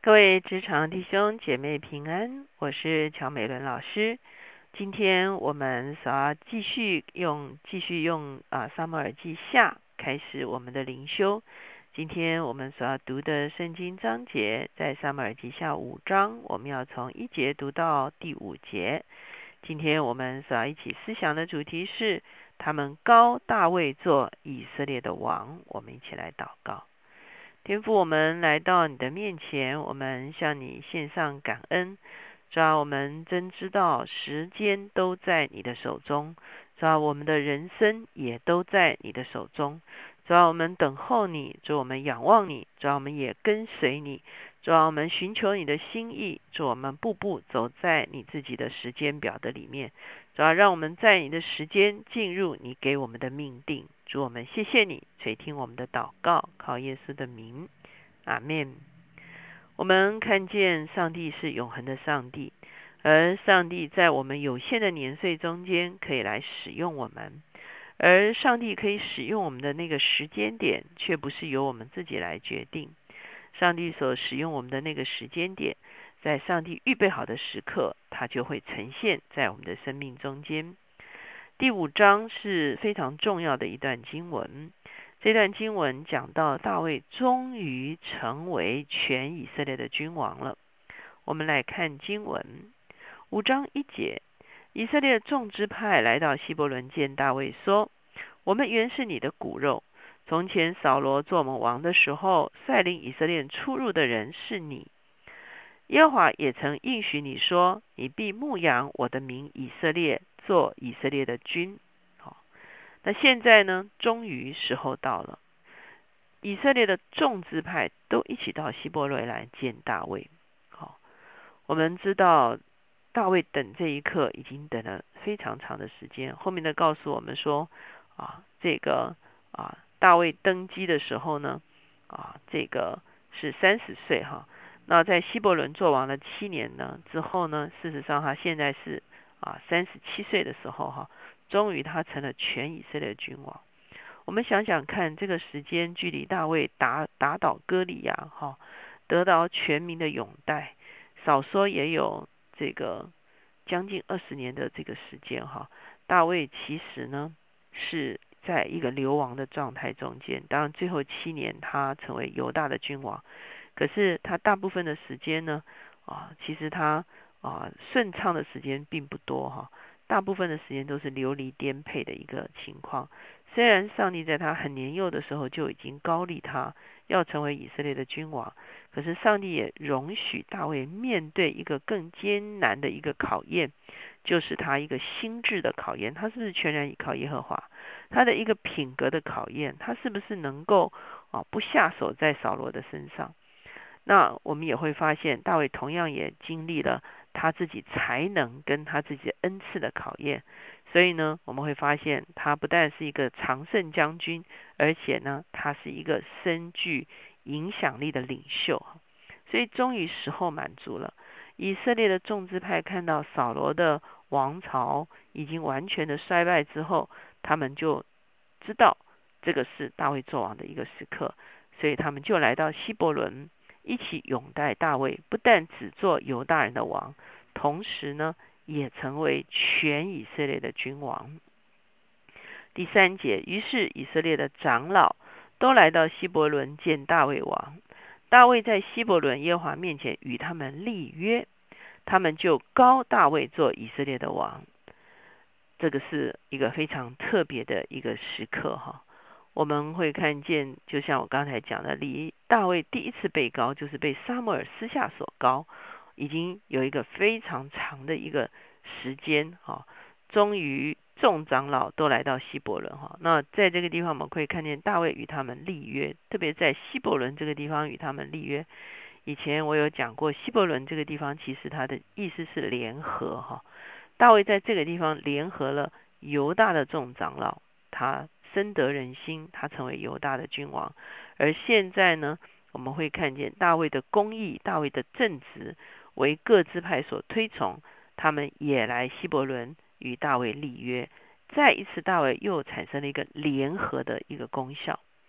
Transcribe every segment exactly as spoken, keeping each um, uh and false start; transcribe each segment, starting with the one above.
各位职场弟兄姐妹平安，我是乔美伦老师。今天我们所要继续用继续用啊撒母耳记下开始我们的灵修。今天我们所要读的圣经章节在撒母耳记下五章，我们要从一节读到第五节。今天我们所要一起思想的主题是他们膏大卫做以色列的王。我们一起来祷告。天父，我们来到你的面前，我们向你献上感恩。主啊，我们真知道时间都在你的手中，主啊，我们的人生也都在你的手中。主啊，我们等候你，主，我们仰望你，主啊，我们也跟随你，主啊，我们寻求你的心意，主，我们步步走在你自己的时间表的里面。主啊，让我们在你的时间进入你给我们的命定。主，我们谢谢你垂听我们的祷告，靠耶稣的名，阿们。我们看见上帝是永恒的上帝，而上帝在我们有限的年岁中间可以来使用我们，而上帝可以使用我们的那个时间点，却不是由我们自己来决定。上帝所使用我们的那个时间点，在上帝预备好的时刻，它就会呈现在我们的生命中间。第五章是非常重要的一段经文，这段经文讲到大卫终于成为全以色列的君王了。我们来看经文，五章一节，以色列众支派来到希伯伦见大卫说，我们原是你的骨肉，从前扫罗做我们王的时候，率领以色列出入的人是你。耶和华也曾应许你说，你必牧养我的民以色列，做以色列的君。好，那现在呢，终于时候到了，以色列的众支派都一起到希伯伦来见大卫。好，我们知道大卫等这一刻已经等了非常长的时间。后面的告诉我们说，啊，这个啊，大卫登基的时候呢，啊，这个是三十岁哈。那在希伯伦做王了七年呢之后呢，事实上他现在是啊三十七岁的时候哈，终于他成了全以色列的君王。我们想想看，这个时间距离大卫打打倒歌利亚哈，得到全民的拥戴，少说也有这个将近二十年的这个时间哈。大卫其实呢是在一个流亡的状态中间，当然最后七年他成为犹大的君王。可是他大部分的时间呢，啊，其实他啊顺畅的时间并不多哈，大部分的时间都是流离颠沛的一个情况。虽然上帝在他很年幼的时候就已经膏立他要成为以色列的君王，可是上帝也容许大卫面对一个更艰难的一个考验，就是他一个心智的考验，他是不是全然依靠耶和华？他的一个品格的考验，他是不是能够啊不下手在扫罗的身上？那我们也会发现，大卫同样也经历了他自己才能跟他自己恩赐的考验。所以呢，我们会发现他不但是一个常胜将军，而且呢，他是一个深具影响力的领袖。所以终于时候满足了，以色列的众支派看到扫罗的王朝已经完全的衰败之后，他们就知道这个是大卫作王的一个时刻，所以他们就来到希伯伦，一起拥戴大卫，不但只做犹大人的王，同时呢也成为全以色列的君王。第三节，于是以色列的长老都来到希伯伦见大卫王。大卫在希伯伦耶和华面前与他们立约，他们就膏大卫做以色列的王。这个是一个非常特别的一个时刻哈。我们会看见，就像我刚才讲的，离大卫第一次被膏，就是被撒母耳私下所膏，已经有一个非常长的一个时间哈。终于众长老都来到希伯伦哈。那在这个地方我们可以看见大卫与他们立约，特别在希伯伦这个地方与他们立约。以前我有讲过，希伯伦这个地方其实它的意思是联合哈。大卫在这个地方联合了犹大的众长老，他深得人心，他成为犹大的君王。而现在呢，我们会看见大卫的公义，大卫的正直为各支派所推崇，他们也来希伯伦与大卫立约。再一次大卫又产生了一个联合的一个功效。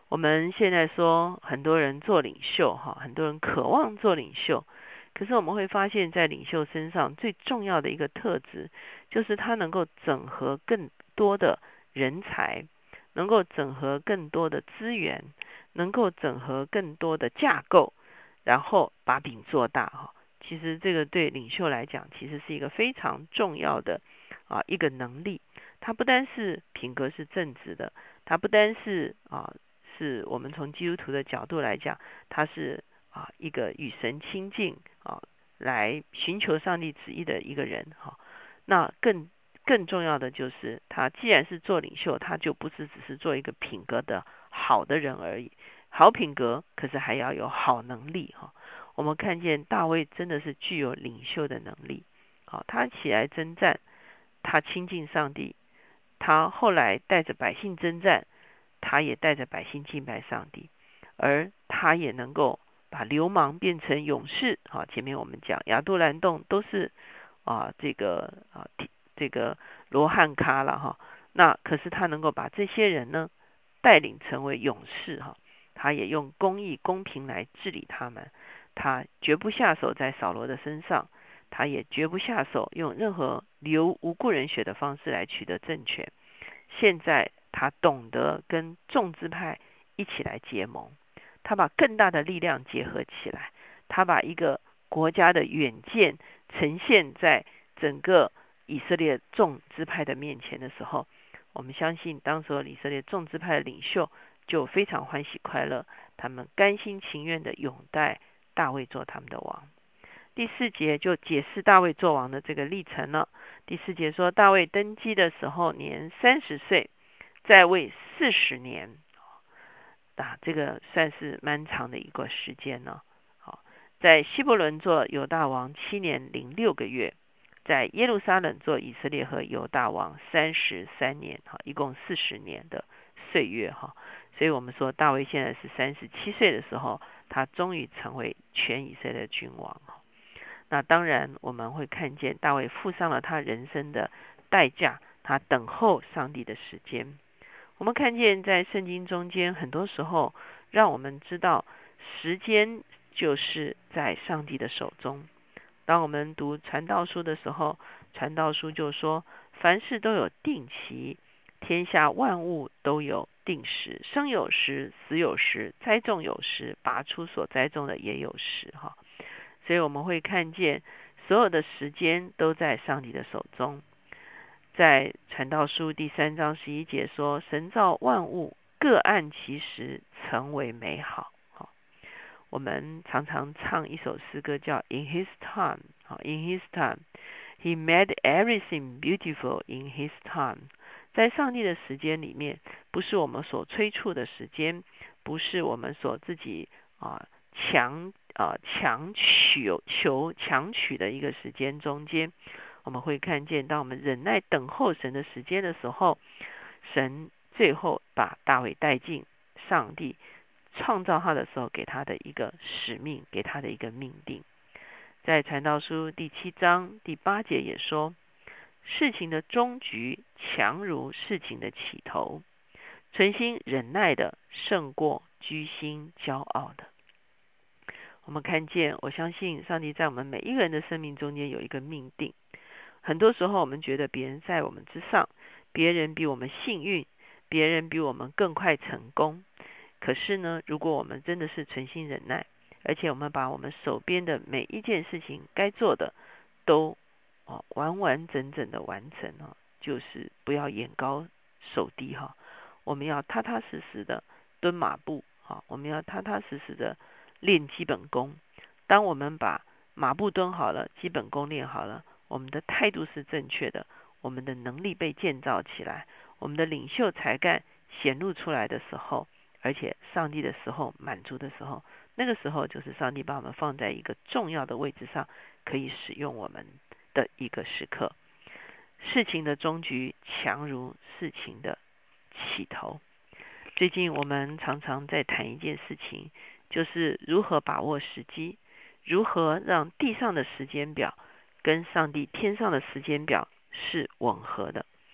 我们现在说很多人做领袖哈，很多人渴望做领袖，可是我们会发现在领袖身上最重要的一个特质，就是他能够整合更多的人才，能够整合更多的资源，能够整合更多的架构，然后把饼做大哈。其实这个对领袖来讲，其实是一个非常重要的啊一个能力。它不单是品格是正直的，它不单是啊是我们从基督徒的角度来讲，它是啊一个与神亲近啊来寻求上帝旨意的一个人哈。那更更重要的就是，他既然是做领袖，他就不是只是做一个品格的好的人而已。好品格，可是还要有好能力哈。我们看见大卫真的是具有领袖的能力，好，他起来征战，他亲近上帝，他后来带着百姓征战，他也带着百姓敬拜上帝，而他也能够把流氓变成勇士。好，前面我们讲亚杜兰洞都是啊这个啊这个罗汉咖了哈，那可是他能够把这些人呢带领成为勇士哈，他也用公义公平来治理他们。他绝不下手在扫罗的身上，他也绝不下手用任何流无辜人血的方式来取得政权。现在他懂得跟众支派一起来结盟，他把更大的力量结合起来，他把一个国家的远见呈现在整个以色列众支派的面前的时候，我们相信当时以色列众支派的领袖就非常欢喜快乐，他们甘心情愿的拥戴大卫做他们的王。第四节就解释大卫做王的这个历程了。第四节说，大卫登基的时候年三十岁，在位四十年，啊，这个算是蛮长的一个时间呢。好，在希伯伦做犹大王七年零六个月，在耶路撒冷做以色列和犹大王三十三年，哈，一共四十年的岁月哈。所以我们说大卫现在是三十七岁的时候，他终于成为全以色列的君王。那当然我们会看见大卫付上了他人生的代价，他等候上帝的时间。我们看见在圣经中间很多时候让我们知道时间就是在上帝的手中。当我们读传道书的时候，传道书就说凡事都有定期，天下万物都有定时，生有时，死有时，栽种有时，拔出所栽种的也有时哈。所以我们会看见所有的时间都在上帝的手中。在传道书第三章十一节说，神造万物各按其时，成为美好。好，我们常常唱一首诗歌叫 In His Time， In His Time He made everything beautiful in His time。 在上帝的时间里面，不是我们所催促的时间，不是我们所自己啊强啊强求求强取的一个时间中间，我们会看见当我们忍耐等候神的时间的时候，神最后把大卫带进上帝创造他的时候给他的一个使命，给他的一个命定。在传道书第七章第八节也说，事情的终局强如事情的起头，存心忍耐的胜过居心骄傲的。我们看见，我相信上帝在我们每一个人的生命中间有一个命定。很多时候我们觉得别人在我们之上，别人比我们幸运，别人比我们更快成功。可是呢，如果我们真的是存心忍耐，而且我们把我们手边的每一件事情该做的都、哦、完完整整的完成、哦、就是不要眼高手低、哦、我们要踏踏实实的蹲马步、哦、我们要踏踏实实的练基本功。当我们把马步蹲好了，基本功练好了，我们的态度是正确的，我们的能力被建造起来，我们的领袖才干显露出来的时候，而且上帝的时候满足的时候，那个时候就是上帝把我们放在一个重要的位置上，可以使用我们的一个时刻。事情的终局强如事情的起头。最近我们常常在谈一件事情，就是如何把握时机，如何让地上的时间表跟上帝天上的时间表是吻合的。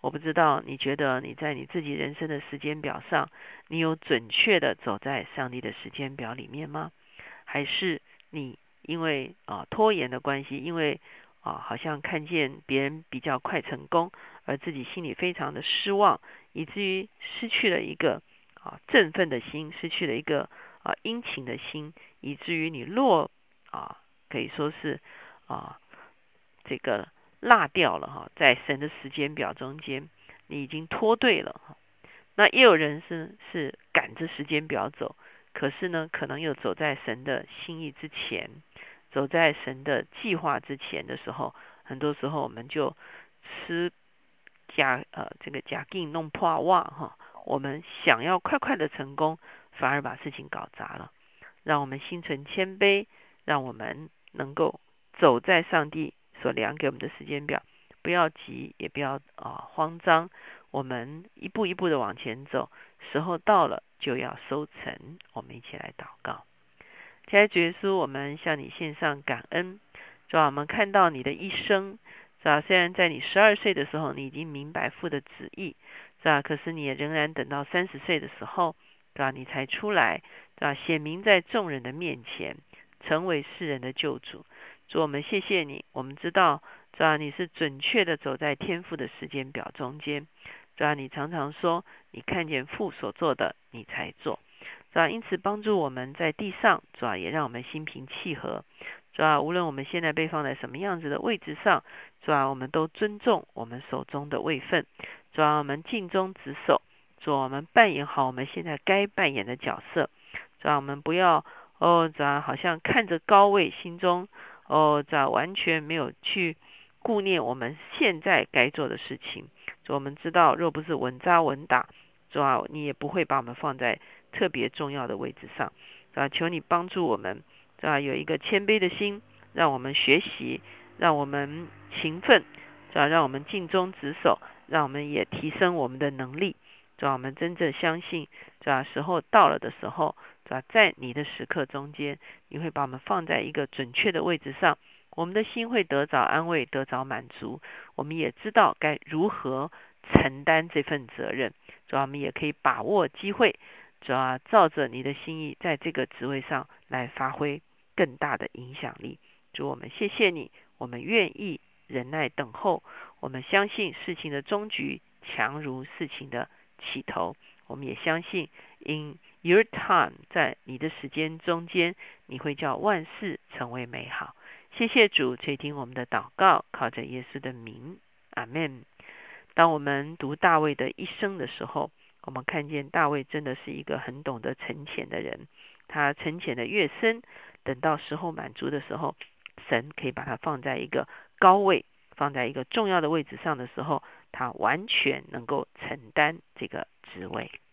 我不知道你觉得你在你自己人生的时间表上，你有准确的走在上帝的时间表里面吗？还是你因为啊拖延的关系，因为啊好像看见别人比较快成功，而自己心里非常的失望，以至于失去了一个啊振奋的心，失去了一个啊殷勤的心，以至于你落啊可以说是啊这个落掉了哈，在神的时间表中间，你已经脱队了哈。那也有人是是赶着时间表走，可是呢，可能又走在神的心意之前，走在神的计划之前的时候，很多时候我们就吃假呃这个假劲弄破袜哈，我们想要快快的成功，反而把事情搞砸了。让我们心存谦卑，让我们能够走在上帝所量给我们的时间表，不要急，也不要啊、呃、慌张，我们一步一步的往前走，时候到了就要收成。我们一起来祷告。亲爱的主耶稣，我们向你献上感恩，主啊，我们看到你的一生，是吧？虽然在你十二岁的时候，你已经明白父的旨意，是吧？可是你也仍然等到三十岁的时候，对吧？你才出来，对吧？显明在众人的面前，成为世人的救主。主，我们谢谢你，我们知道，主啊，你是准确的走在天父的时间表中间。主啊，你常常说，你看见父所做的，你才做。主啊，因此帮助我们在地上，主啊，也让我们心平气和。主啊，无论我们现在被放在什么样子的位置上，主啊，我们都尊重我们手中的位分。主啊，我们尽忠职守。主啊，我们扮演好我们现在该扮演的角色。主啊，我们不要哦，主啊，好像看着高位，心中哦，主啊，完全没有去顾念我们现在该做的事情。主啊，我们知道，若不是稳扎稳打，主啊，你也不会把我们放在特别重要的位置上。主啊，求你帮助我们，主啊，有一个谦卑的心，让我们学习，让我们勤奋，主啊，让我们尽忠职守，让我们也提升我们的能力。主啊，我们真正相信，主啊，时候到了的时候，主啊，在你的时刻中间，你会把我们放在一个准确的位置上，我们的心会得着安慰，得着满足。我们也知道该如何承担这份责任。主啊，我们也可以把握机会，主啊，照着你的心意，在这个职位上来发挥更大的影响力。主，我们谢谢你，我们愿意忍耐等候，我们相信事情的终局强如事情的起头。我们也相信 in your time， 在你的时间中间，你会叫万事成为美好。谢谢主垂听我们的祷告，靠着耶稣的名，阿们。当我们读大卫的一生的时候，我们看见大卫真的是一个很懂得沉潜的人。他沉潜的越深，等到时候满足的时候，神可以把他放在一个高位，放在一个重要的位置上的时候，他完全能够承担这个职位。